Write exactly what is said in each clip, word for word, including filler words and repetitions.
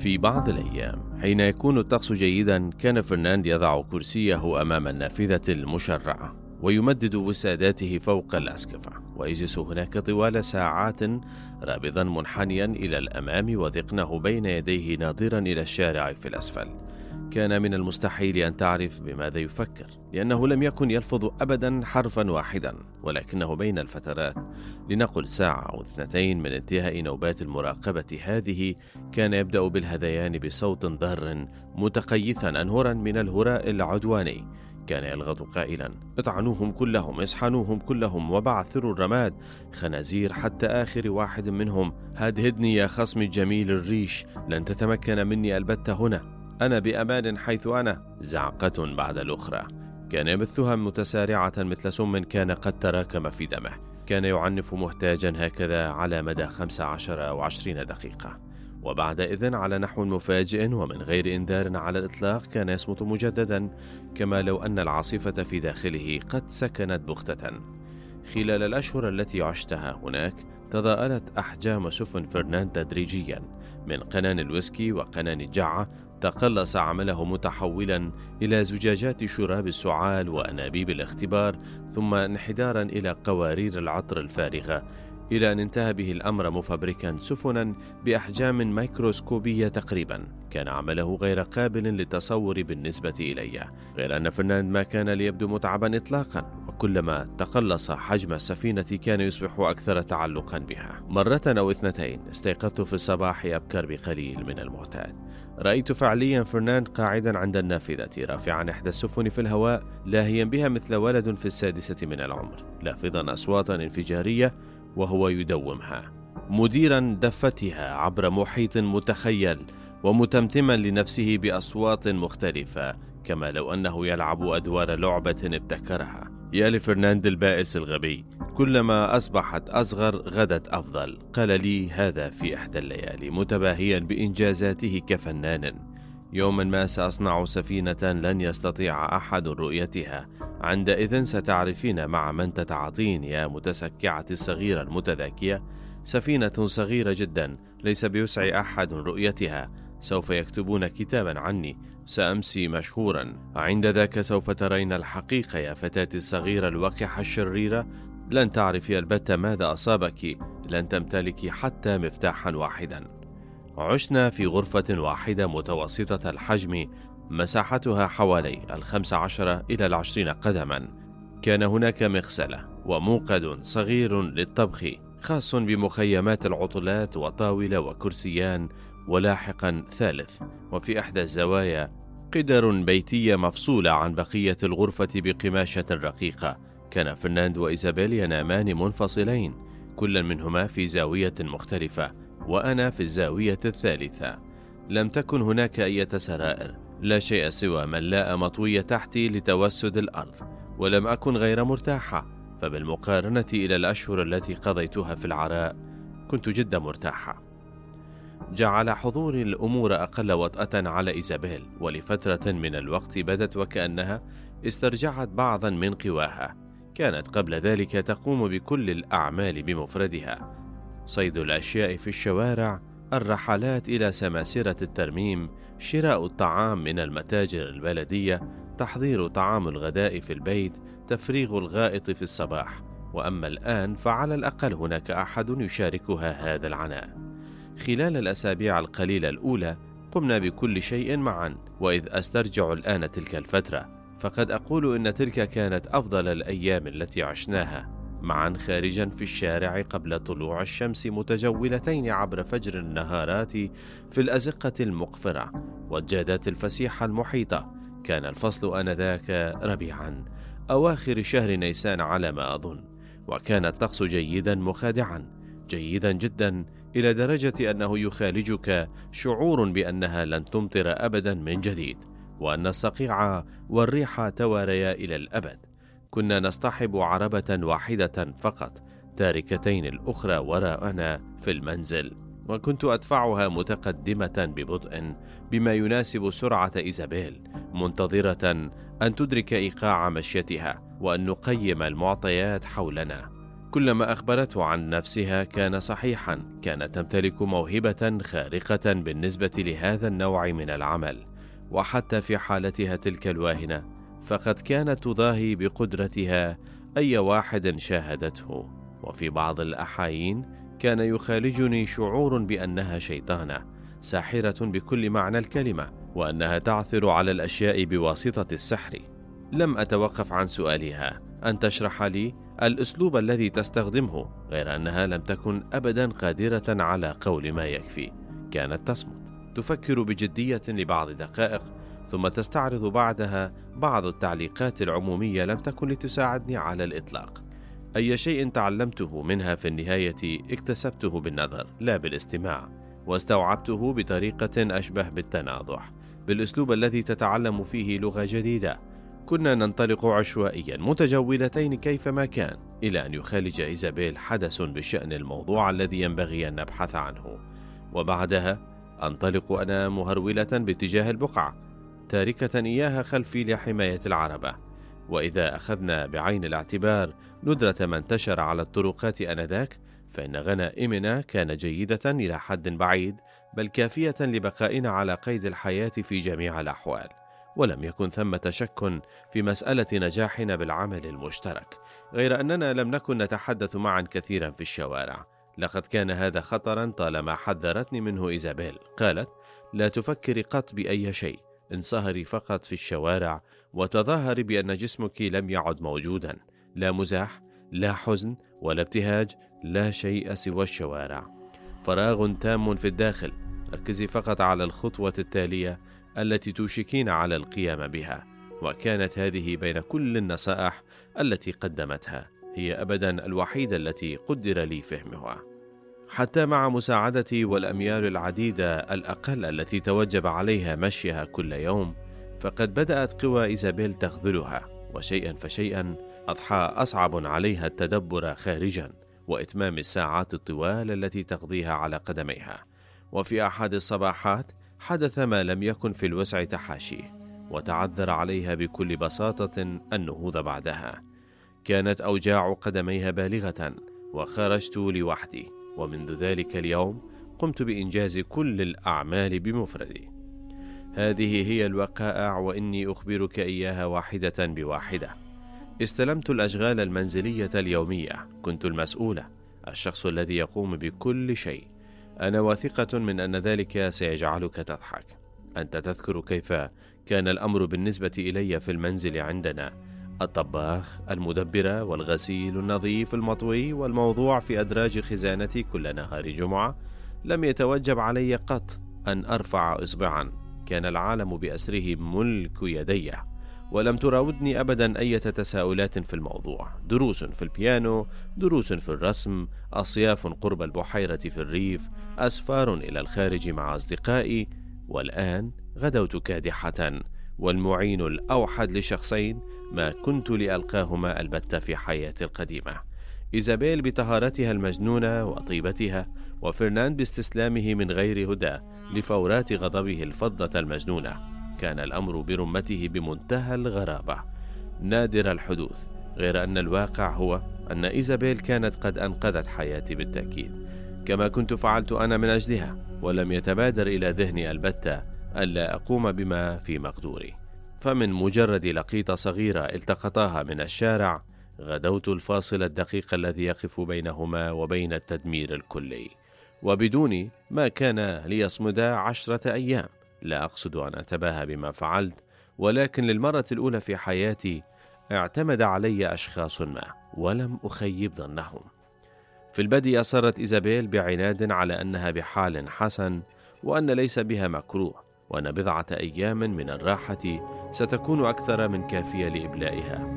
في بعض الأيام حين يكون الطقس جيدا كان فرناند يضع كرسيه أمام النافذة المشرعة ويمدد وساداته فوق الأسقفة ويجلس هناك طوال ساعات رابضا منحنيا إلى الأمام وذقنه بين يديه ناظرا إلى الشارع في الأسفل. كان من المستحيل أن تعرف بماذا يفكر لأنه لم يكن يلفظ أبدا حرفا واحدا، ولكنه بين الفترات لنقل ساعة أو اثنتين من انتهاء نوبات المراقبة هذه كان يبدأ بالهذيان بصوت ضار متقيثا أنهرا من الهراء العدواني. كان يلغط قائلا: اطعنوهم كلهم، اصحنوهم كلهم، وبعثروا الرماد، خنازير حتى آخر واحد منهم، هدهدني يا خصمي الجميل الريش، لن تتمكن مني البتة هنا، أنا بأمان حيث أنا. زعقة بعد الأخرى كان يبثها متسارعة مثل سم كان قد تراكم في دمه. كان يعنف مهتاجا هكذا على مدى خمس عشر أو عشرين دقيقة، وبعد إذن على نحو مفاجئ ومن غير إنذار على الإطلاق كان يصمت مجددا، كما لو أن العاصفة في داخله قد سكنت بغتة. خلال الأشهر التي عشتها هناك تضاءلت أحجام سفن فرناند تدريجيا، من قنان الويسكي وقنان الجعة تقلص عمله متحولا إلى زجاجات شراب السعال وأنابيب الاختبار، ثم انحدارا إلى قوارير العطر الفارغة، إلى أن انتهى به الأمر مفبركا سفنا بأحجام ميكروسكوبية تقريبا. كان عمله غير قابل للتصور بالنسبة إلي، غير أن فرناند ما كان ليبدو متعبا إطلاقا، وكلما تقلص حجم السفينة كان يصبح أكثر تعلقا بها. مرة أو اثنتين استيقظت في الصباح أبكر بقليل من المعتاد. رأيت فعليا فرناند قاعدا عند النافذة رافعا إحدى السفن في الهواء لاهيا بها مثل ولد في السادسة من العمر، لافظا أصواتا انفجارية وهو يدومها، مديرا دفتها عبر محيط متخيل ومتمتما لنفسه بأصوات مختلفة، كما لو أنه يلعب أدوار لعبة ابتكرها. يا لفرناند البائس الغبي، كلما أصبحت أصغر غدت أفضل، قال لي هذا في إحدى الليالي متباهيا بإنجازاته كفنان. يوما ما سأصنع سفينة لن يستطيع أحد رؤيتها، عندئذ ستعرفين مع من تتعاطين يا متسكعة الصغيرة المتذاكية. سفينة صغيرة جدا ليس بيسع أحد رؤيتها، سوف يكتبون كتابا عني، سأمسي مشهورا، عند ذاك سوف ترين الحقيقة يا فتاة الصغيرة الوقحة الشريرة. لن تعرفي البتة ماذا أصابك، لن تمتلكي حتى مفتاحا واحدا. عشنا في غرفة واحدة متوسطة الحجم، مساحتها حوالي الخمس عشر إلى العشرين قدما. كان هناك مغسلة وموقد صغير للطبخ خاص بمخيمات العطلات وطاولة وكرسيان، ولاحقا ثالث، وفي إحدى الزوايا قدر بيتية مفصولة عن بقية الغرفة بقماشة رقيقة. كان فرناند وإيزابيل ينامان منفصلين، كل منهما في زاوية مختلفة، وأنا في الزاوية الثالثة. لم تكن هناك أي سرائر، لا شيء سوى ملاءة مطوية تحتي لتوسد الأرض، ولم أكن غير مرتاحة، فبالمقارنة إلى الأشهر التي قضيتها في العراء كنت جدا مرتاحة. جعل حضور الأمور أقل وطأة على إيزابيل، ولفترة من الوقت بدت وكأنها استرجعت بعضا من قواها. كانت قبل ذلك تقوم بكل الأعمال بمفردها: صيد الأشياء في الشوارع، الرحلات إلى سماسرة الترميم، شراء الطعام من المتاجر البلدية، تحضير طعام الغداء في البيت، تفريغ الغائط في الصباح. وأما الآن فعلى الأقل هناك أحد يشاركها هذا العناء. خلال الأسابيع القليلة الأولى قمنا بكل شيء معا، وإذ أسترجع الآن تلك الفترة فقد أقول إن تلك كانت أفضل الأيام التي عشناها معا، خارجا في الشارع قبل طلوع الشمس، متجولتين عبر فجر النهارات في الأزقة المقفرة والجادات الفسيحة المحيطة. كان الفصل آنذاك ربيعا، أواخر شهر نيسان على ما أظن، وكان الطقس جيدا مخادعا، جيدا جدا، إلى درجة أنه يخالجك شعور بأنها لن تمطر أبدا من جديد، وأن الصقيع والريح تواريا إلى الأبد. كنا نصطحب عربة واحدة فقط، تاركتين الأخرى وراءنا في المنزل، وكنت أدفعها متقدمة ببطء بما يناسب سرعة إيزابيل، منتظرة أن تدرك إيقاع مشيتها وأن نقيم المعطيات حولنا. كل ما أخبرته عن نفسها كان صحيحا. كانت تمتلك موهبة خارقة بالنسبة لهذا النوع من العمل، وحتى في حالتها تلك الواهنة فقد كانت تضاهي بقدرتها أي واحد شاهدته. وفي بعض الأحايين كان يخالجني شعور بأنها شيطانة ساحرة بكل معنى الكلمة، وأنها تعثر على الأشياء بواسطة السحر. لم أتوقف عن سؤالها أن تشرح لي الأسلوب الذي تستخدمه، غير أنها لم تكن أبدا قادرة على قول ما يكفي. كانت تصمت، تفكر بجدية لبعض دقائق، ثم تستعرض بعدها بعض التعليقات العمومية لم تكن لتساعدني على الإطلاق. أي شيء تعلمته منها في النهاية اكتسبته بالنظر لا بالاستماع، واستوعبته بطريقة أشبه بالتناضح، بالأسلوب الذي تتعلم فيه لغة جديدة. كنا ننطلق عشوائيا متجولتين كيفما كان، إلى أن يخالج إيزابيل حدث بشأن الموضوع الذي ينبغي أن نبحث عنه، وبعدها أنطلق أنا مهرولة باتجاه البقعة، تاركة إياها خلفي لحماية العربة. وإذا أخذنا بعين الاعتبار ندرة ما انتشر على الطرقات آنذاك، فإن غنائمنا كان جيدة إلى حد بعيد، بل كافية لبقائنا على قيد الحياة في جميع الأحوال. ولم يكن ثمة شك في مسألة نجاحنا بالعمل المشترك، غير أننا لم نكن نتحدث معا كثيرا في الشوارع. لقد كان هذا خطرا طالما حذرتني منه إيزابيل. قالت: لا تفكري قط بأي شيء، انصهري فقط في الشوارع وتظاهري بأن جسمك لم يعد موجودا. لا مزاح، لا حزن ولا ابتهاج، لا شيء سوى الشوارع، فراغ تام في الداخل. ركزي فقط على الخطوة التالية التي توشكين على القيام بها. وكانت هذه بين كل النصائح التي قدمتها هي أبدا الوحيدة التي قدر لي فهمها. حتى مع مساعدتي والأميال العديدة الأقل التي توجب عليها مشيها كل يوم، فقد بدأت قوى إيزابيل تخذلها، وشيئا فشيئا أضحى أصعب عليها التدبر خارجا وإتمام الساعات الطوال التي تقضيها على قدميها. وفي أحد الصباحات حدث ما لم يكن في الوسع تحاشيه، وتعذر عليها بكل بساطة النهوض بعدها. كانت أوجاع قدميها بالغة، وخرجت لوحدي، ومنذ ذلك اليوم قمت بإنجاز كل الأعمال بمفردي. هذه هي الوقائع، وإني أخبرك إياها واحدة بواحدة. استلمت الأشغال المنزلية اليومية، كنت المسؤولة، الشخص الذي يقوم بكل شيء. أنا واثقة من أن ذلك سيجعلك تضحك. أنت تذكر كيف كان الأمر بالنسبة إلي في المنزل عندنا: الطباخ، المدبرة، والغسيل النظيف المطوي، والموضوع في أدراج خزانتي كل نهار جمعة. لم يتوجب علي قط أن أرفع إصبعا، كان العالم بأسره ملك يدي، ولم تراودني أبدا أي تساؤلات في الموضوع. دروس في البيانو، دروس في الرسم، أصياف قرب البحيرة في الريف، أسفار إلى الخارج مع أصدقائي. والآن غدوت كادحة، والمعين الأوحد لشخصين ما كنت لألقاهما البتة في حياتي القديمة: إيزابيل بطهارتها المجنونة وطيبتها، وفرناند باستسلامه من غير هدى لفورات غضبه الفضة المجنونة. كان الأمر برمته بمنتهى الغرابة، نادر الحدوث، غير أن الواقع هو أن إيزابيل كانت قد أنقذت حياتي بالتأكيد، كما كنت فعلت أنا من أجلها. ولم يتبادر إلى ذهني البتة ألا أقوم بما في مقدوري. فمن مجرد لقيطة صغيرة التقطاها من الشارع غدوت الفاصل الدقيق الذي يقف بينهما وبين التدمير الكلي، وبدوني ما كان ليصمدا عشرة أيام. لا أقصد أن أتباهى بما فعلت، ولكن للمرة الأولى في حياتي اعتمد علي أشخاص ما ولم أخيب ظنهم. في البدء أصرت إيزابيل بعناد على أنها بحال حسن، وأن ليس بها مكروه، وأن بضعة أيام من الراحة ستكون أكثر من كافية لإبلائها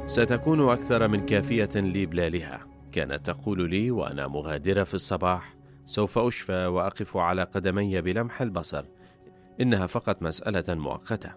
ستكون أكثر من كافية لإبلالها. كانت تقول لي وأنا مغادرة في الصباح: سوف أشفى وأقف على قدمي بلمح البصر، إنها فقط مسألة مؤقتة.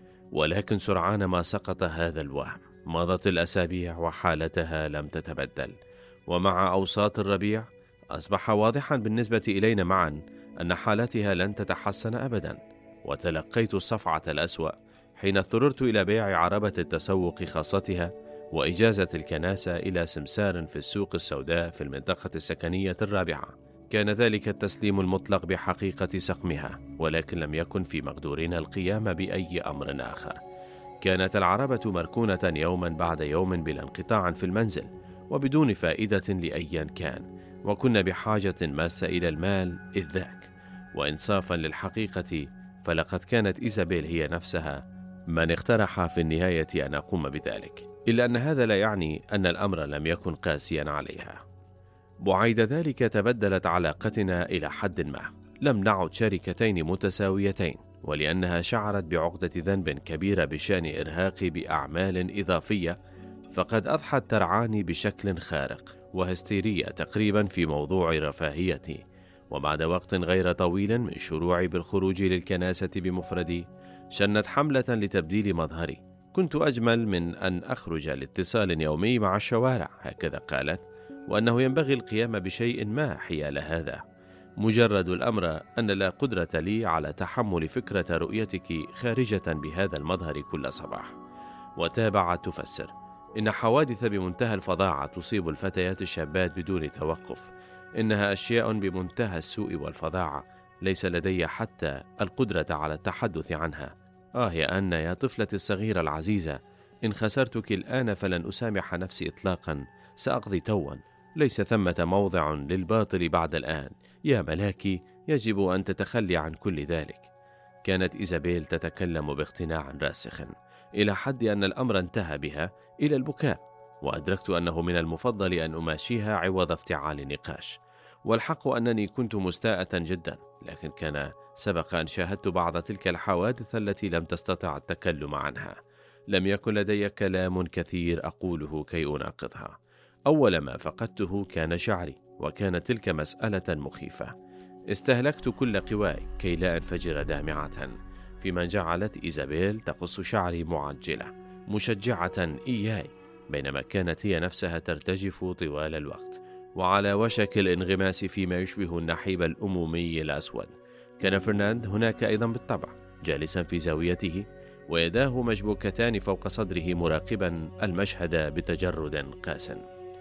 ولكن سرعان ما سقط هذا الوهم. مضت الأسابيع وحالتها لم تتبدل، ومع أوساط الربيع أصبح واضحا بالنسبة إلينا معا أن حالتها لن تتحسن أبدا. وتلقيت الصفعة الأسوأ حين اضطررت إلى بيع عربة التسوق خاصتها وإجازة الكناسة إلى سمسار في السوق السوداء في المنطقة السكنية الرابعة. كان ذلك التسليم المطلق بحقيقة سقمها، ولكن لم يكن في مقدورنا القيام بأي أمر آخر. كانت العربة مركونة يوما بعد يوم بلا انقطاع في المنزل وبدون فائدة لأيا كان، وكنا بحاجة ماسة إلى المال إذ ذاك. وإنصافا للحقيقة فلقد كانت إيزابيل هي نفسها من اقترح في النهاية أن أقوم بذلك، إلا أن هذا لا يعني أن الأمر لم يكن قاسيا عليها. بعيد ذلك تبدلت علاقتنا إلى حد ما، لم نعد شركتين متساويتين، ولأنها شعرت بعقدة ذنب كبيرة بشأن إرهاقي بأعمال إضافية، فقد أضحت ترعاني بشكل خارق وهستيرية تقريبا في موضوع رفاهيتي. وبعد وقت غير طويل من شروعي بالخروج للكناسة بمفردي، شنت حملة لتبديل مظهري. كنت أجمل من أن أخرج لاتصال يومي مع الشوارع، هكذا قالت، وأنه ينبغي القيام بشيء ما حيال هذا. مجرد الأمر أن لا قدرة لي على تحمل فكرة رؤيتك خارجة بهذا المظهر كل صباح. وتابعت تفسر: إن حوادث بمنتهى الفظاعة تصيب الفتيات الشابات بدون توقف، إنها أشياء بمنتهى السوء والفظاعة، ليس لدي حتى القدرة على التحدث عنها. آه يا أن يا طفلتي الصغيرة العزيزة، إن خسرتك الآن فلن أسامح نفسي إطلاقا، سأقضي توا، ليس ثمة موضع للباطل بعد الآن. يا ملاكي، يجب أن تتخلي عن كل ذلك. كانت إيزابيل تتكلم باقتناع راسخ، إلى حد أن الأمر انتهى بها إلى البكاء، وأدركت أنه من المفضل أن أماشيها عوض افتعال نقاش. والحق أنني كنت مستاءة جدا، لكن كان سبق أن شاهدت بعض تلك الحوادث التي لم تستطع التكلم عنها. لم يكن لدي كلام كثير أقوله كي أناقضها. أول ما فقدته كان شعري، وكانت تلك مسألة مخيفة. استهلكت كل قواي كي لا أنفجر دامعة، فيما جعلت إيزابيل تقص شعري معجلة مشجعة إياي، بينما كانت هي نفسها ترتجف طوال الوقت وعلى وشك الانغماس فيما يشبه النحيب الأمومي الأسود. كان فرناند هناك أيضا بالطبع، جالسا في زاويته ويداه مشبوكتان فوق صدره مراقبا المشهد بتجرد قاس.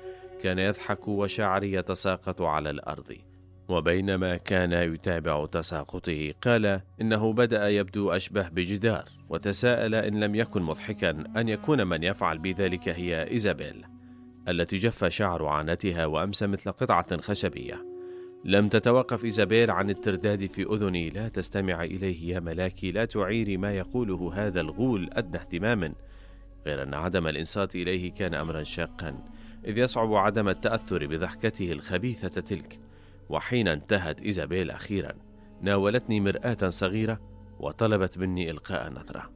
كان يضحك وشعري يتساقط على الأرض، وبينما كان يتابع تساقطه قال إنه بدأ يبدو أشبه بجدار، وتساءل إن لم يكن مضحكا أن يكون من يفعل بذلك هي إيزابيل التي جف شعر عانتها وأمس مثل قطعة خشبية. لم تتوقف إيزابيل عن الترداد في أذني: لا تستمع إليه يا ملاكي، لا تعيري ما يقوله هذا الغول أدنى اهتماما. غير أن عدم الإنصات إليه كان أمرا شاقا، إذ يصعب عدم التأثر بضحكته الخبيثة تلك. وحين انتهت إيزابيل أخيرا، ناولتني مرآة صغيرة وطلبت مني إلقاء نظرة.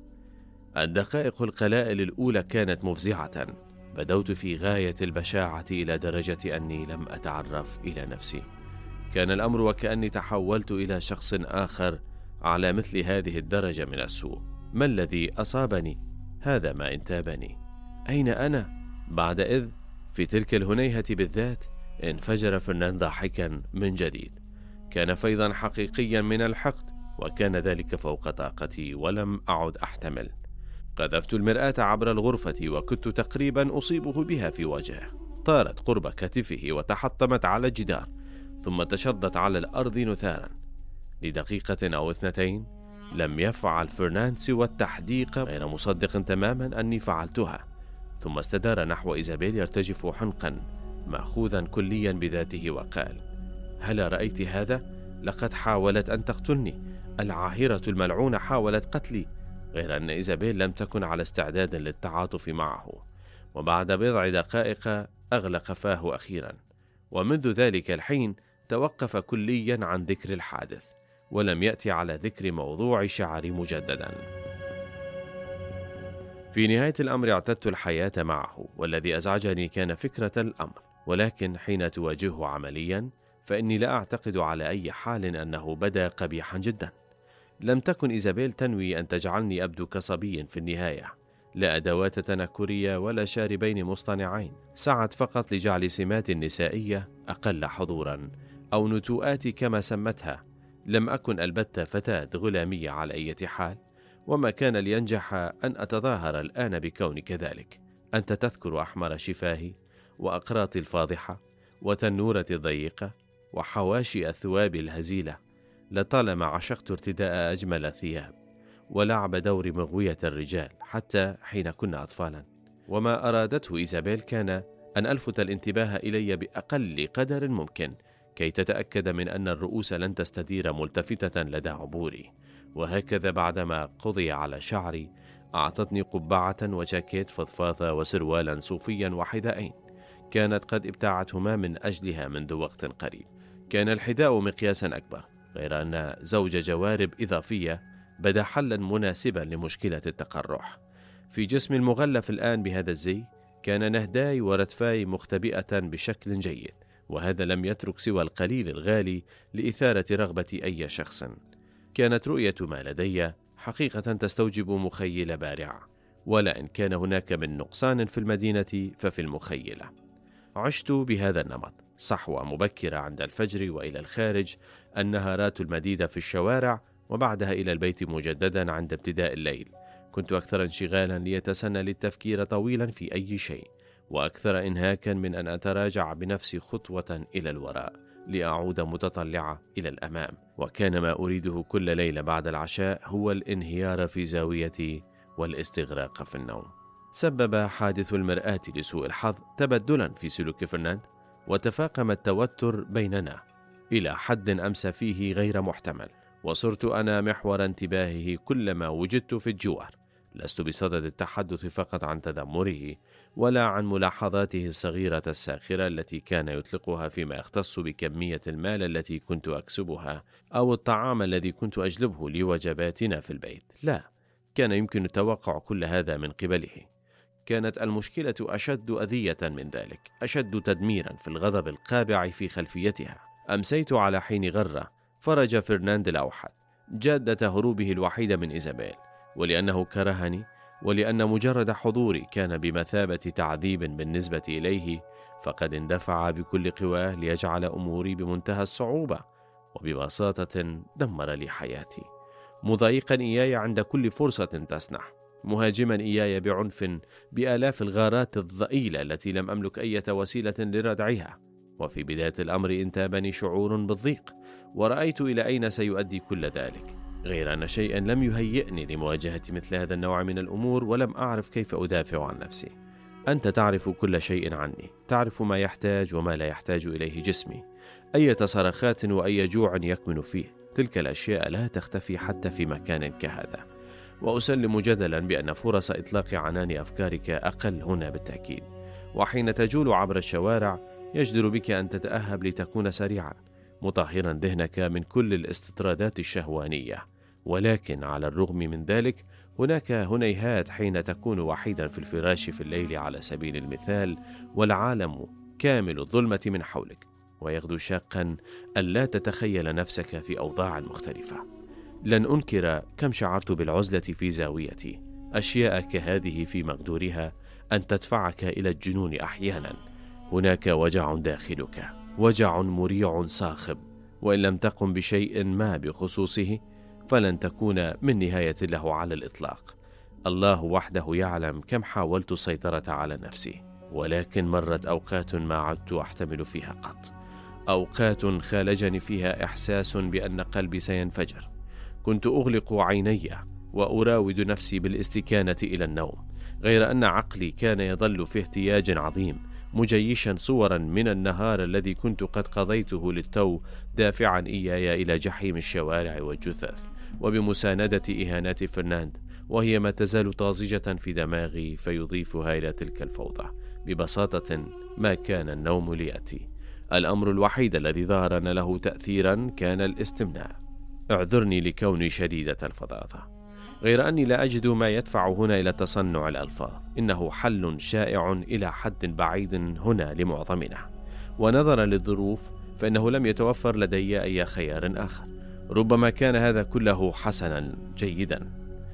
الدقائق القلائل الأولى كانت مفزعة. بدوت في غاية البشاعة إلى درجة أني لم أتعرف إلى نفسي. كان الأمر وكأني تحولت إلى شخص آخر على مثل هذه الدرجة من السوء. ما الذي أصابني؟ هذا ما انتابني. أين أنا؟ بعد إذ في تلك الهنيهة بالذات انفجر فرناند ضاحكا من جديد. كان فيضا حقيقيا من الحقد، وكان ذلك فوق طاقتي ولم أعد أحتمل. قذفت المرآة عبر الغرفة وكنت تقريبا أصيبه بها في وجهه. طارت قرب كتفه وتحطمت على الجدار، ثم تشظت على الأرض نثارا. لدقيقة أو اثنتين لم يفعل فرناند سوى التحديق، غير مصدق تماما أني فعلتها، ثم استدار نحو إيزابيل يرتجف حنقا مأخوذا كليا بذاته وقال: هل رأيت هذا؟ لقد حاولت أن تقتلني، العاهرة الملعونة حاولت قتلي. غير أن إيزابيل لم تكن على استعداد للتعاطف معه. وبعد بضع دقائق أغلق فاه أخيرا، ومنذ ذلك الحين توقف كليا عن ذكر الحادث، ولم يأتي على ذكر موضوع شعري مجددا. في نهاية الأمر اعتدت الحياة معه، والذي أزعجني كان فكرة الأمر. ولكن حين تواجهه عمليا فإني لا أعتقد على أي حال أنه بدا قبيحا جدا. لم تكن إيزابيل تنوي أن تجعلني أبدو كصبي في النهاية، لا أدوات تنكرية ولا شاربين مصطنعين، سعت فقط لجعل سمات نسائية أقل حضورا، أو نتوءات كما سمتها. لم أكن البتة فتاة غلامية على أي حال، وما كان لينجح أن أتظاهر الآن بكوني كذلك. أنت تذكر أحمر شفاهي وأقراطي الفاضحة وتنورة الضيقة وحواشي الثواب الهزيلة. لطالما عشقت ارتداء أجمل ثياب ولعب دور مغوية الرجال حتى حين كنا أطفالا. وما أرادته إيزابيل كان أن ألفت الانتباه إلي بأقل قدر ممكن كي تتأكد من أن الرؤوس لن تستدير ملتفتة لدى عبوري. وهكذا بعدما قضي على شعري أعطتني قبعة وجاكيت فضفاضة وسروالا صوفيا وحذاءين كانت قد ابتاعتهما من أجلها منذ وقت قريب. كان الحذاء مقياسا أكبر، غير أن زوج جوارب إضافية بدا حلا مناسبا لمشكلة التقرح. في جسمي المغلف الآن بهذا الزي كان نهداي ورتفاي مختبئة بشكل جيد، وهذا لم يترك سوى القليل الغالي لإثارة رغبة أي شخص. كانت رؤية ما لدي حقيقة تستوجب مخيلة بارعة، ولا إن كان هناك من نقصان في المدينة ففي المخيلة. عشت بهذا النمط: صحوة مبكرة عند الفجر وإلى الخارج، النهارات المديدة في الشوارع، وبعدها إلى البيت مجددا عند ابتداء الليل. كنت أكثر انشغالا ليتسنى للتفكير طويلا في أي شيء، وأكثر إنهاكا من أن أتراجع بنفسي خطوة إلى الوراء لأعود متطلعة إلى الأمام. وكان ما أريده كل ليلة بعد العشاء هو الانهيار في زاويتي والاستغراق في النوم. سبب حادث المرآة لسوء الحظ تبدلا في سلوك فرناند، وتفاقم التوتر بيننا إلى حد أمس فيه غير محتمل، وصرت أنا محور انتباهه كلما وجدت في الجوار. لست بصدد التحدث فقط عن تذمره ولا عن ملاحظاته الصغيرة الساخرة التي كان يطلقها فيما يختص بكمية المال التي كنت أكسبها أو الطعام الذي كنت أجلبه لوجباتنا في البيت. لا، كان يمكن توقع كل هذا من قبله. كانت المشكلة أشد أذية من ذلك، أشد تدميرا في الغضب القابع في خلفيتها. أمسيت على حين غرة فرج فرناند الأوحد، جادة هروبه الوحيدة من إيزابيل، ولأنه كرهني ولأن مجرد حضوري كان بمثابة تعذيب بالنسبة إليه، فقد اندفع بكل قواه ليجعل أموري بمنتهى الصعوبة، وببساطة دمر لي حياتي، مضايقا إياي عند كل فرصة تسنح، مهاجما إياي بعنف بآلاف الغارات الضئيلة التي لم أملك أي وسيلة لردعها. وفي بداية الأمر انتابني شعور بالضيق، ورأيت إلى أين سيؤدي كل ذلك، غير أن شيئا لم يهيئني لمواجهة مثل هذا النوع من الأمور، ولم أعرف كيف أدافع عن نفسي. أنت تعرف كل شيء عني، تعرف ما يحتاج وما لا يحتاج إليه جسمي، أي صرخات وأي جوع يكمن فيه، تلك الأشياء لا تختفي حتى في مكان كهذا. وأسلم جدلا بأن فرص إطلاق عنان أفكارك أقل هنا بالتأكيد، وحين تجول عبر الشوارع يجدر بك أن تتأهب لتكون سريعا، مطهرا ذهنك من كل الاستطرادات الشهوانية. ولكن على الرغم من ذلك هناك هنيهات حين تكون وحيدا في الفراش في الليل على سبيل المثال، والعالم كامل الظلمة من حولك، ويغدو شاقا ألا تتخيل نفسك في أوضاع مختلفة. لن أنكر كم شعرت بالعزلة في زاويتي، أشياء كهذه في مقدورها أن تدفعك إلى الجنون أحيانا. هناك وجع داخلك، وجع مريع صاخب، وإن لم تقم بشيء ما بخصوصه فلن تكون من نهاية له على الإطلاق. الله وحده يعلم كم حاولت السيطرة على نفسي، ولكن مرت أوقات ما عدت أحتمل فيها قط، أوقات خالجني فيها إحساس بأن قلبي سينفجر. كنت أغلق عيني وأراود نفسي بالاستكانة إلى النوم، غير أن عقلي كان يظل في احتياج عظيم، مجيشا صورا من النهار الذي كنت قد قضيته للتو، دافعا إياي إلى جحيم الشوارع والجثث، وبمساندة إهانات فرناند، وهي ما تزال طازجة في دماغي فيضيفها إلى تلك الفوضى. ببساطة ما كان النوم ليأتي. الأمر الوحيد الذي ظهر أن له تأثيرا كان الاستمناء. اعذرني لكوني شديدة الفظاظة، غير أني لا أجد ما يدفع هنا إلى تصنع الألفاظ. إنه حل شائع إلى حد بعيد هنا لمعظمنا، ونظرا للظروف فإنه لم يتوفر لدي أي خيار آخر. ربما كان هذا كله حسنا جيدا،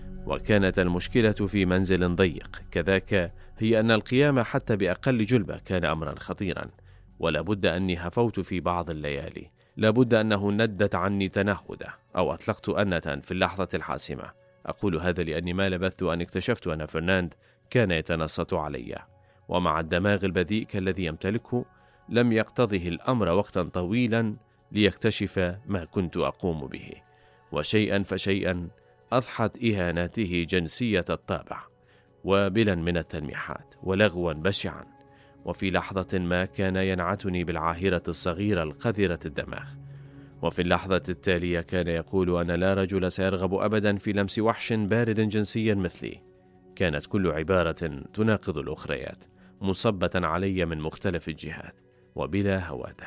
وكانت المشكلة في منزل ضيق كذاك هي أن القيام حتى بأقل جلبة كان أمرا خطيرا، ولا بد أني هفوت في بعض الليالي، لا بد أنه ندت عني تنهدة أو أطلقت أنة في اللحظة الحاسمة. أقول هذا لأني ما لبثت أن اكتشفت أن فرناند كان يتنصت علي، ومع الدماغ البذيء كالذي يمتلكه لم يقتضه الأمر وقتا طويلا ليكتشف ما كنت أقوم به، وشيئا فشيئا أضحت إهاناته جنسية الطابع، وبلا من التلميحات، ولغوا بشعا. وفي لحظة ما كان ينعتني بالعاهرة الصغيرة القذرة الدماغ، وفي اللحظة التالية كان يقول أن لا رجل سيرغب أبدا في لمس وحش بارد جنسيا مثلي. كانت كل عبارة تناقض الأخريات، مصبة علي من مختلف الجهات وبلا هوادة.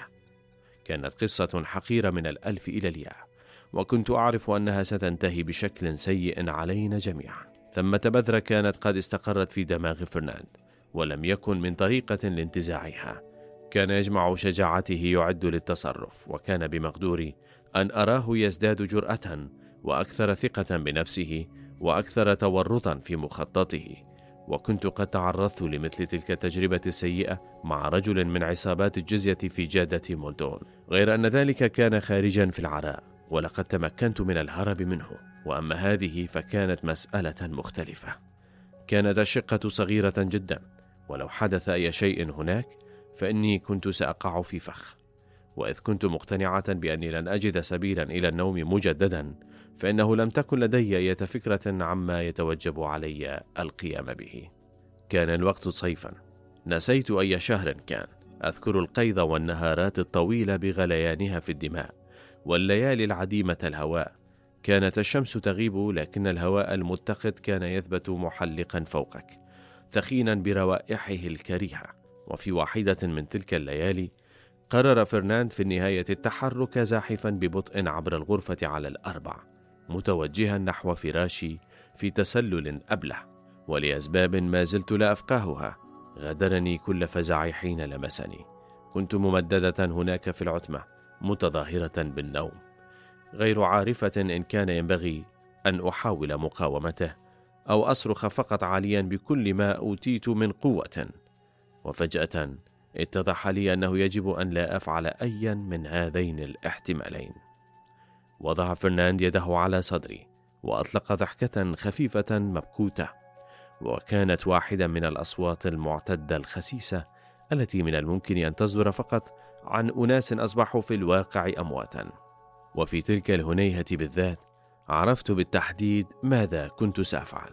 كانت قصة حقيرة من الألف إلى الياء، وكنت أعرف أنها ستنتهي بشكل سيء علينا جميعا. ثمة بذرة كانت قد استقرت في دماغ فرناند، ولم يكن من طريقة لانتزاعها. كان يجمع شجاعته يعد للتصرف، وكان بمقدوري أن أراه يزداد جرأة وأكثر ثقة بنفسه وأكثر تورطا في مخططه. وكنت قد تعرضت لمثل تلك التجربة السيئة مع رجل من عصابات الجزية في جادة مولدون، غير أن ذلك كان خارجا في العراء، ولقد تمكنت من الهرب منه. وأما هذه فكانت مسألة مختلفة. كانت الشقة صغيرة جدا، ولو حدث أي شيء هناك فإني كنت سأقع في فخ. وإذ كنت مقتنعة بأني لن أجد سبيلا إلى النوم مجددا، فإنه لم تكن لدي أي فكرة عما يتوجب علي القيام به. كان الوقت صيفا، نسيت أي شهر كان. أذكر القيظ والنهارات الطويلة بغليانها في الدماء، والليالي العديمة الهواء. كانت الشمس تغيب، لكن الهواء المتقد كان يثبت محلقا فوقك، ثخينا بروائحه الكريهة. وفي واحدة من تلك الليالي قرر فرناند في النهاية التحرك زاحفا ببطء عبر الغرفة على الأربع، متوجها نحو فراشي في تسلل أبله، ولأسباب ما زلت لا أفقهها غادرني كل فزع حين لمسني. كنت ممددة هناك في العتمة، متظاهرة بالنوم، غير عارفة إن كان ينبغي أن أحاول مقاومته أو أصرخ فقط عاليا بكل ما أوتيت من قوة. وفجأة اتضح لي أنه يجب أن لا أفعل أيا من هذين الاحتمالين. وضع فرناند يده على صدري وأطلق ضحكة خفيفة مبكوتة، وكانت واحدة من الأصوات المعتدة الخسيسة التي من الممكن أن تصدر فقط عن أناس أصبحوا في الواقع أمواتا. وفي تلك الهنيهة بالذات عرفت بالتحديد ماذا كنت سأفعل.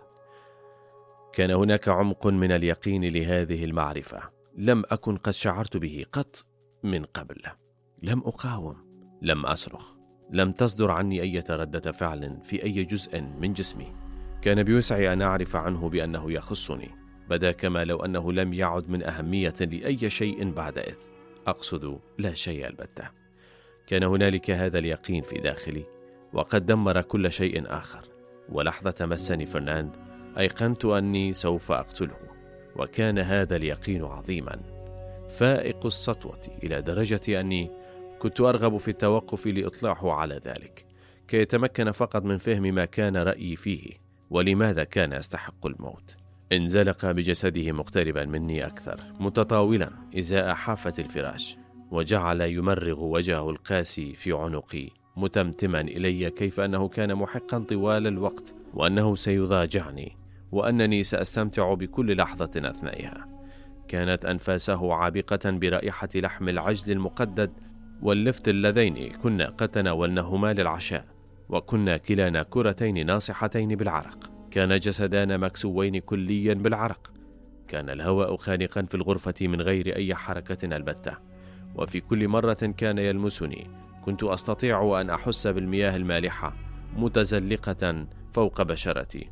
كان هناك عمق من اليقين لهذه المعرفة لم أكن قد شعرت به قط من قبل. لم أقاوم، لم أصرخ، لم تصدر عني أي ردة فعل في أي جزء من جسمي. كان بوسعي أن أعرف عنه بأنه يخصني. بدا كما لو أنه لم يعد من أهمية لأي شيء بعد إذ أقصد لا شيء البتة. كان هنالك هذا اليقين في داخلي، وقد دمر كل شيء آخر. ولحظة مسني فرناند أيقنت أني سوف أقتله، وكان هذا اليقين عظيما فائق السطوة إلى درجة أني كنت أرغب في التوقف لإطلاعه على ذلك، كي يتمكن فقط من فهم ما كان رأيي فيه ولماذا كان يستحق الموت. انزلق بجسده مقتربا مني أكثر، متطاولا إزاء حافة الفراش، وجعل يمرغ وجهه القاسي في عنقي، متمتما إلي كيف أنه كان محقا طوال الوقت، وأنه سيضاجعني، وأنني سأستمتع بكل لحظة أثنائها. كانت أنفاسه عابقة برائحة لحم العجل المقدد واللفت اللذين كنا قد تناولناهما للعشاء، وكنا كلانا كرتين ناصحتين بالعرق. كان جسدان مكسوين كليا بالعرق. كان الهواء خانقا في الغرفة من غير أي حركة البتة، وفي كل مرة كان يلمسني كنت أستطيع أن أحس بالمياه المالحة متزلقة فوق بشرتي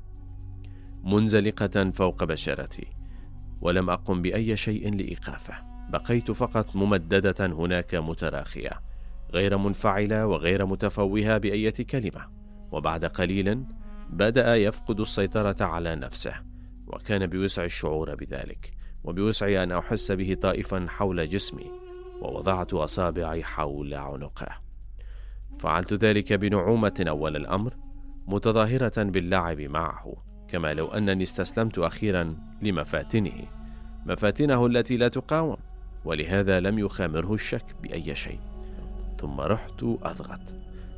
منزلقة فوق بشرتي ولم أقم بأي شيء لإيقافه. بقيت فقط ممددة هناك متراخية، غير منفعلة وغير متفوهة بأية كلمة. وبعد قليل بدأ يفقد السيطرة على نفسه، وكان بوسع الشعور بذلك، وبوسعي أن أحس به طائفا حول جسمي، ووضعت أصابعي حول عنقه. فعلت ذلك بنعومة أول الأمر، متظاهرة باللعب معه، كما لو أنني استسلمت أخيرا لمفاتنه، مفاتنه التي لا تقاوم، ولهذا لم يخامره الشك بأي شيء. ثم رحت أضغط،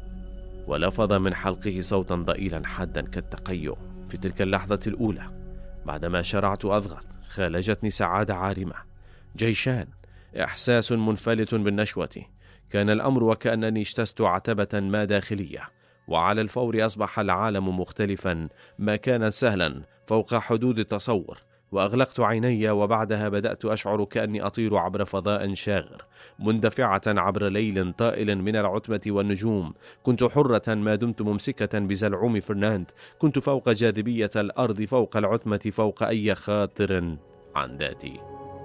ولفظ من حلقه صوتا ضئيلا حادا كالتقيؤ. في تلك اللحظة الأولى بعدما شرعت أضغط خالجتني سعادة عارمة، جيشان، إحساس منفلت بالنشوة. كان الأمر وكأنني اجتزت عتبة ما داخلية، وعلى الفور أصبح العالم مختلفا ما كان سهلا فوق حدود التصور. وأغلقت عيني، وبعدها بدأت أشعر كأني أطير عبر فضاء شاغر، مندفعة عبر ليل طائل من العتمة والنجوم. كنت حرة ما دمت ممسكة بزلعوم فرناند. كنت فوق جاذبية الأرض، فوق العتمة، فوق أي خاطر عن ذاتي.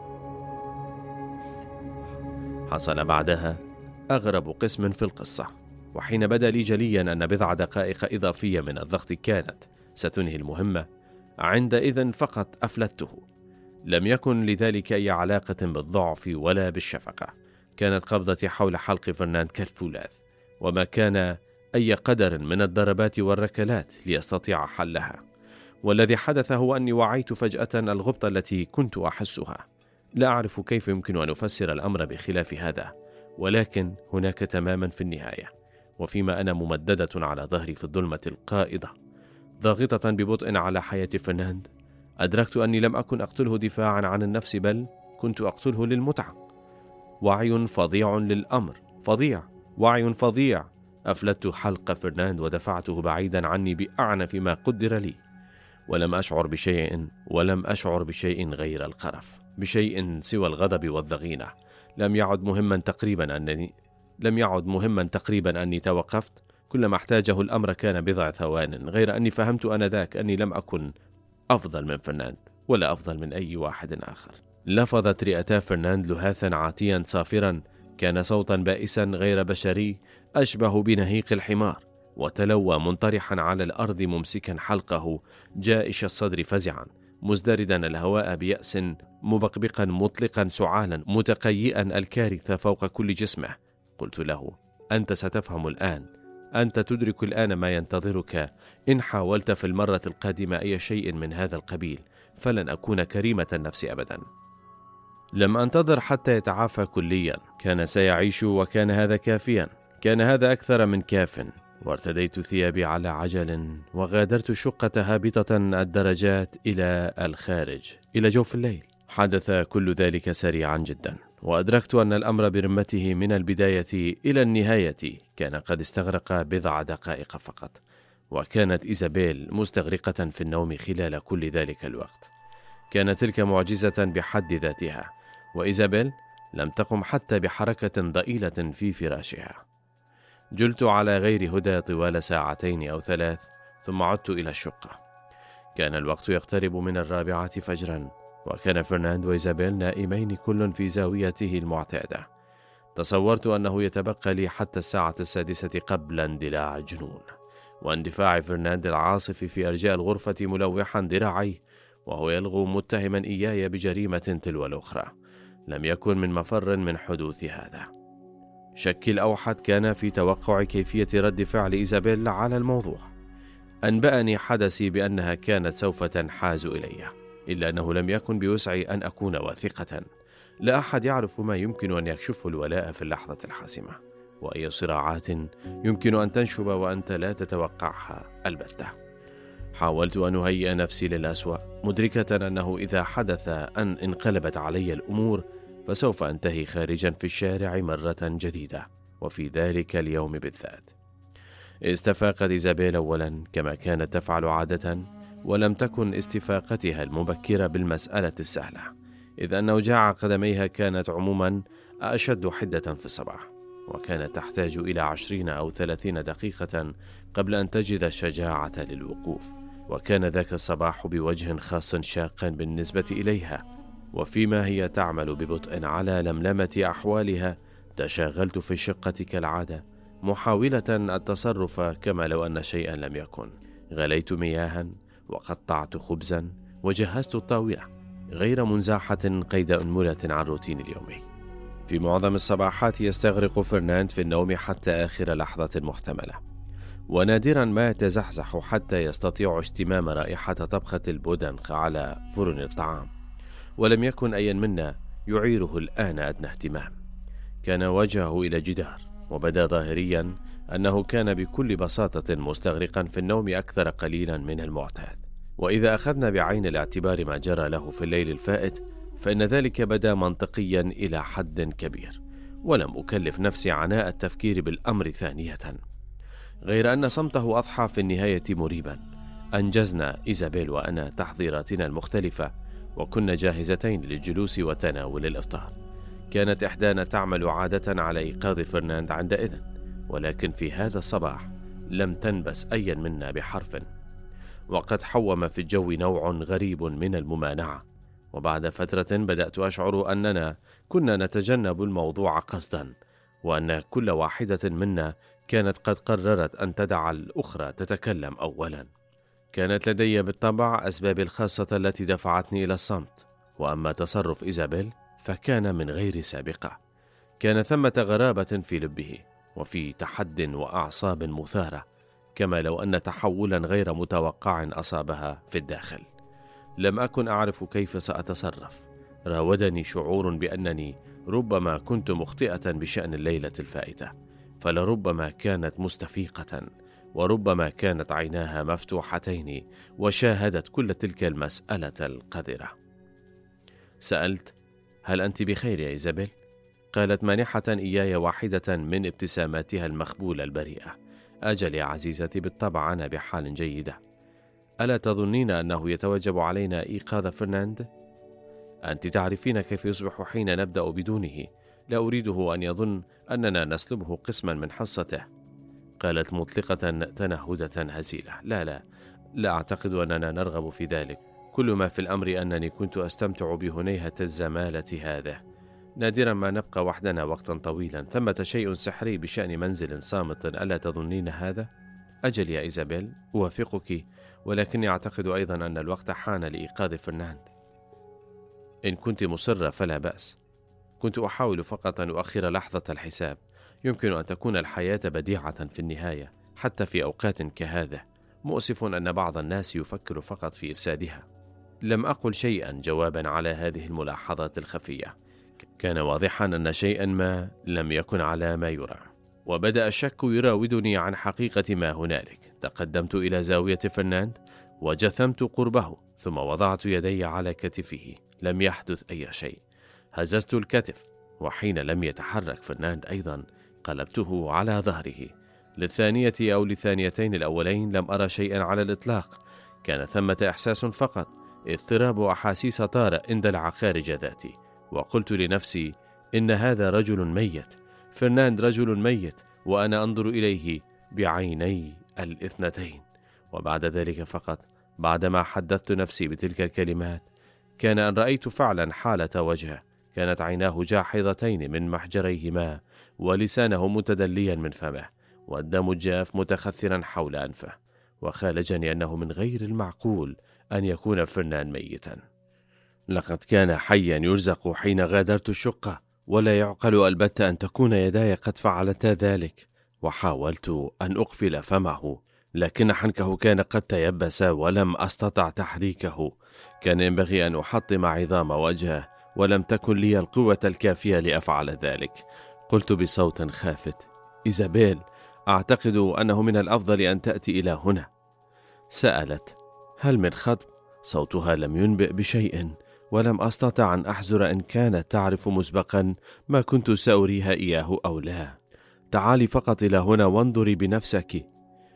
حصل بعدها أغرب قسم في القصة، وحين بدا لي جليا أن بضع دقائق إضافية من الضغط كانت ستنهي المهمة، عندئذ فقط أفلته. لم يكن لذلك أي علاقة بالضعف ولا بالشفقة. كانت قبضتي حول حلق فرناند كالفولاذ، وما كان أي قدر من الضربات والركلات ليستطيع حلها. والذي حدث هو أني وعيت فجأة الغبطة التي كنت أحسها. لا أعرف كيف يمكن أن أفسر الأمر بخلاف هذا، ولكن هناك تماما في النهاية. وفيما أنا ممددة على ظهري في الظلمة القائدة ضاغطة ببطء على حياة فرناند، أدركت أني لم أكن أقتله دفاعا عن النفس، بل كنت أقتله للمتعة. وعي فظيع للأمر، فظيع، وعي فظيع. أفلت حلق فرناند ودفعته بعيدا عني بأعنف ما قدر لي، ولم أشعر بشيء ولم أشعر بشيء غير القرف، بشيء سوى الغضب والضغينة. لم يعد مهما تقريبا أنني لم يعد مهما تقريبا أني توقفت. كل ما احتاجه الأمر كان بضع ثوان، غير أني فهمت آنذاك أني لم أكن أفضل من فرناند ولا أفضل من أي واحد آخر. لفظت رئتا فرناند لهاثا عاتيا صافرا، كان صوتا بائسا غير بشري أشبه بنهيق الحمار، وتلوى منطرحا على الأرض ممسكا حلقه، جائش الصدر فزعا، مزدردا الهواء بيأس، مبقبقا مطلقا سعالا، متقيئا الكارثة فوق كل جسمه. قلت له: أنت ستفهم الآن، أنت تدرك الآن ما ينتظرك إن حاولت في المرة القادمة أي شيء من هذا القبيل، فلن أكون كريمة النفس أبدا. لم أنتظر حتى يتعافى كليا، كان سيعيش وكان هذا كافيا، كان هذا أكثر من كاف. وارتديت ثيابي على عجل وغادرت الشقة هابطة الدرجات إلى الخارج، إلى جوف الليل. حدث كل ذلك سريعا جدا، وأدركت أن الأمر برمته من البداية إلى النهاية كان قد استغرق بضع دقائق فقط. وكانت إيزابيل مستغرقة في النوم خلال كل ذلك الوقت. كانت تلك معجزة بحد ذاتها، وإيزابيل لم تقم حتى بحركة ضئيلة في فراشها. جلت على غير هدى طوال ساعتين أو ثلاث، ثم عدت إلى الشقة. كان الوقت يقترب من الرابعة فجرا، وكان فرناند وإيزابيل نائمين كل في زاويته المعتادة. تصورت أنه يتبقى لي حتى الساعة السادسة قبل اندلاع الجنون، واندفاع فرناند العاصف في أرجاء الغرفة ملوحا ذراعيه، وهو يلغو متهما إياي بجريمة تلو الأخرى. لم يكن من مفر من حدوث هذا. شكي الأوحد كان في توقع كيفية رد فعل إيزابيل على الموضوع. أنبأني حدسي بأنها كانت سوف تنحاز إلي، إلا أنه لم يكن بوسعي أن أكون واثقة. لا أحد يعرف ما يمكن أن يكشف الولاء في اللحظة الحاسمة، وأي صراعات يمكن أن تنشب وأنت لا تتوقعها البتة. حاولت أن أهيئ نفسي للأسوأ، مدركة أنه إذا حدث أن انقلبت علي الأمور فسوف أنتهي خارجا في الشارع مرة جديدة، وفي ذلك اليوم بالذات. استفاقت إيزابيل أولا كما كانت تفعل عادة، ولم تكن استفاقتها المبكرة بالمسألة السهلة، إذ أن أوجاع قدميها كانت عموما أشد حدة في الصباح، وكانت تحتاج إلى عشرين أو ثلاثين دقيقة قبل أن تجد الشجاعة للوقوف. وكان ذاك الصباح بوجه خاص شاق بالنسبة إليها. وفيما هي تعمل ببطء على لملمة أحوالها، تشاغلت في الشقة كالعادة، محاولة التصرف كما لو أن شيئا لم يكن. غليت مياها وقطعت خبزا وجهزت الطاولة، غير منزاحة قيد أنملة عن روتين اليومي. في معظم الصباحات يستغرق فرناند في النوم حتى آخر لحظة محتملة، ونادرا ما يتزحزح حتى يستطيع اشتمام رائحة طبخة البودنخ على فرن الطعام، ولم يكن أي منا يعيره الآن أدنى اهتمام. كان وجهه إلى جدار، وبدا ظاهريا أنه كان بكل بساطة مستغرقا في النوم أكثر قليلا من المعتاد. وإذا أخذنا بعين الاعتبار ما جرى له في الليل الفائت، فإن ذلك بدا منطقيا إلى حد كبير، ولم أكلف نفسي عناء التفكير بالأمر ثانية، غير أن صمته أضحى في النهاية مريبا. أنجزنا إيزابيل وأنا تحضيراتنا المختلفة، وكنا جاهزتين للجلوس وتناول الإفطار. كانت إحدانا تعمل عادة على إيقاظ فرناند عندئذ، ولكن في هذا الصباح لم تنبس أي منا بحرف، وقد حوم في الجو نوع غريب من الممانعة. وبعد فترة بدأت أشعر أننا كنا نتجنب الموضوع قصدا، وأن كل واحدة منا كانت قد قررت أن تدع الأخرى تتكلم أولا. كانت لدي بالطبع أسبابي الخاصة التي دفعتني إلى الصمت، وأما تصرف إيزابيل فكان من غير سابقة. كان ثمة غرابة في لبه، وفي تحد وأعصاب مثارة، كما لو أن تحولا غير متوقع أصابها في الداخل. لم أكن أعرف كيف سأتصرف. راودني شعور بأنني ربما كنت مخطئة بشأن الليلة الفائتة، فلربما كانت مستفيقة، وربما كانت عيناها مفتوحتين وشاهدت كل تلك المسألة القذرة. سألت: هل أنت بخير يا إيزابيل؟ قالت مانحة إياي واحدة من ابتساماتها المخبولة البريئة: أجل يا عزيزتي، بالطبع أنا بحال جيدة. ألا تظنين أنه يتوجب علينا إيقاظ فرناند؟ أنت تعرفين كيف يصبح حين نبدأ بدونه. لا أريده أن يظن أننا نسلبه قسما من حصته. قالت مطلقة تنهدة هزيلة: لا لا لا أعتقد أننا نرغب في ذلك. كل ما في الأمر أنني كنت أستمتع بهنيهة الزمالة هذا. نادرا ما نبقى وحدنا وقتا طويلا. ثمة شيء سحري بشأن منزل صامت، ألا تظنين هذا؟ أجل يا إيزابيل، أوافقك، ولكني أعتقد أيضا أن الوقت حان لإيقاظ فرناند. إن كنت مصرة فلا بأس. كنت أحاول فقط أن أؤخر لحظة الحساب. يمكن أن تكون الحياة بديعة في النهاية، حتى في أوقات كهذا. مؤسف أن بعض الناس يفكر فقط في إفسادها. لم أقل شيئا جوابا على هذه الملاحظات الخفية. كان واضحا أن شيئا ما لم يكن على ما يرى، وبدأ الشك يراودني عن حقيقة ما هنالك. تقدمت إلى زاوية فرناند وجثمت قربه، ثم وضعت يدي على كتفه. لم يحدث أي شيء. هززت الكتف، وحين لم يتحرك فرناند أيضا قلبته على ظهره. للثانية أو للثانيتين الأولين لم أرى شيئا على الإطلاق. كان ثمة إحساس فقط، اضطراب أحاسيس طارئ اندلع خارج ذاتي. وقلت لنفسي: إن هذا رجل ميت، فرناند رجل ميت، وأنا أنظر إليه بعيني الاثنتين. وبعد ذلك فقط، بعدما حدثت نفسي بتلك الكلمات، كان أن رأيت فعلا حالة وجهه. كانت عيناه جاحظتين من محجريهما، ولسانه متدليا من فمه، والدم الجاف متخثرا حول أنفه. وخالجني أنه من غير المعقول أن يكون فرناند ميتا. لقد كان حيا يرزق حين غادرت الشقة، ولا يعقل البتة أن تكون يداي قد فعلتا ذلك. وحاولت أن أقفل فمه، لكن حنكه كان قد تيبس ولم أستطع تحريكه. كان ينبغي أن أحطم عظام وجهه، ولم تكن لي القوة الكافية لأفعل ذلك. قلت بصوت خافت: إيزابيل، أعتقد أنه من الأفضل أن تأتي إلى هنا. سألت: هل من خطب؟ صوتها لم ينبئ بشيء، ولم أستطع أن أحزر إن كانت تعرف مسبقا ما كنت سأريها إياه أو لا. تعالي فقط إلى هنا وانظري بنفسك.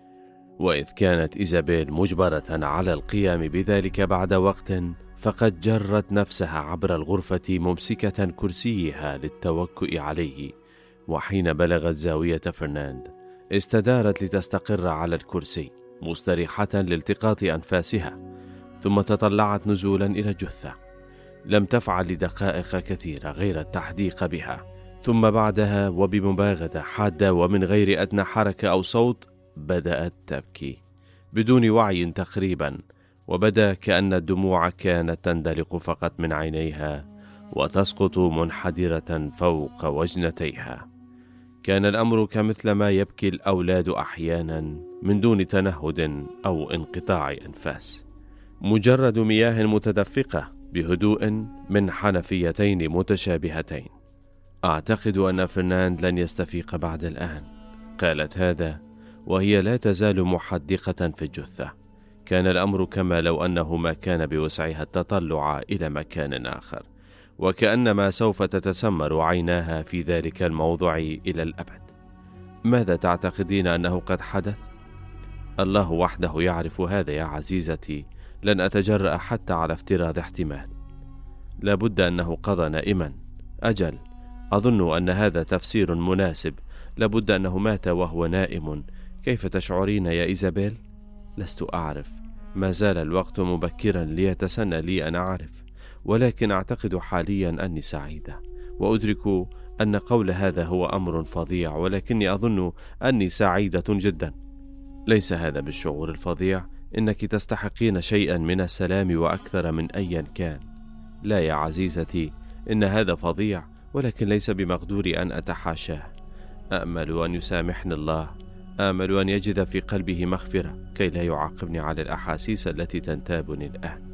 وإذ كانت إيزابيل مجبرة على القيام بذلك بعد وقت، فقد جرت نفسها عبر الغرفة ممسكة كرسيها للتوكؤ عليه. وحين بلغت زاوية فرناند استدارت لتستقر على الكرسي مستريحة لالتقاط أنفاسها، ثم تطلعت نزولا إلى الجثة. لم تفعل لدقائق كثيرة غير التحديق بها، ثم بعدها وبمباغتة حادة ومن غير أدنى حركة أو صوت بدأت تبكي بدون وعي تقريبا، وبدا كأن الدموع كانت تندلق فقط من عينيها وتسقط منحدرة فوق وجنتيها. كان الأمر كمثل ما يبكي الأولاد أحيانا من دون تنهد أو انقطاع أنفاس، مجرد مياه متدفقة بهدوء من حنفيتين متشابهتين. أعتقد أن فرناند لن يستفيق بعد الآن، قالت هذا وهي لا تزال محدقة في الجثة. كان الأمر كما لو أنه ما كان بوسعها التطلع إلى مكان آخر، وكأنما سوف تتسمر عيناها في ذلك الموضع إلى الأبد. ماذا تعتقدين أنه قد حدث؟ الله وحده يعرف هذا يا عزيزتي، لن أتجرأ حتى على افتراض احتمال. لابد أنه قضى نائما. أجل، أظن أن هذا تفسير مناسب. لابد أنه مات وهو نائم. كيف تشعرين يا إيزابيل؟ لست أعرف، ما زال الوقت مبكرا ليتسنى لي أن أعرف، ولكن أعتقد حاليا أني سعيدة، وأدرك أن قول هذا هو أمر فظيع، ولكني أظن أني سعيدة جدا. ليس هذا بالشعور الفظيع، إنك تستحقين شيئا من السلام وأكثر من أيا كان. لا يا عزيزتي، إن هذا فظيع، ولكن ليس بمقدوري أن أتحاشاه. أأمل أن يسامحني الله، آمل أن يجد في قلبه مغفرة كي لا يعاقبني على الأحاسيس التي تنتابني الآن.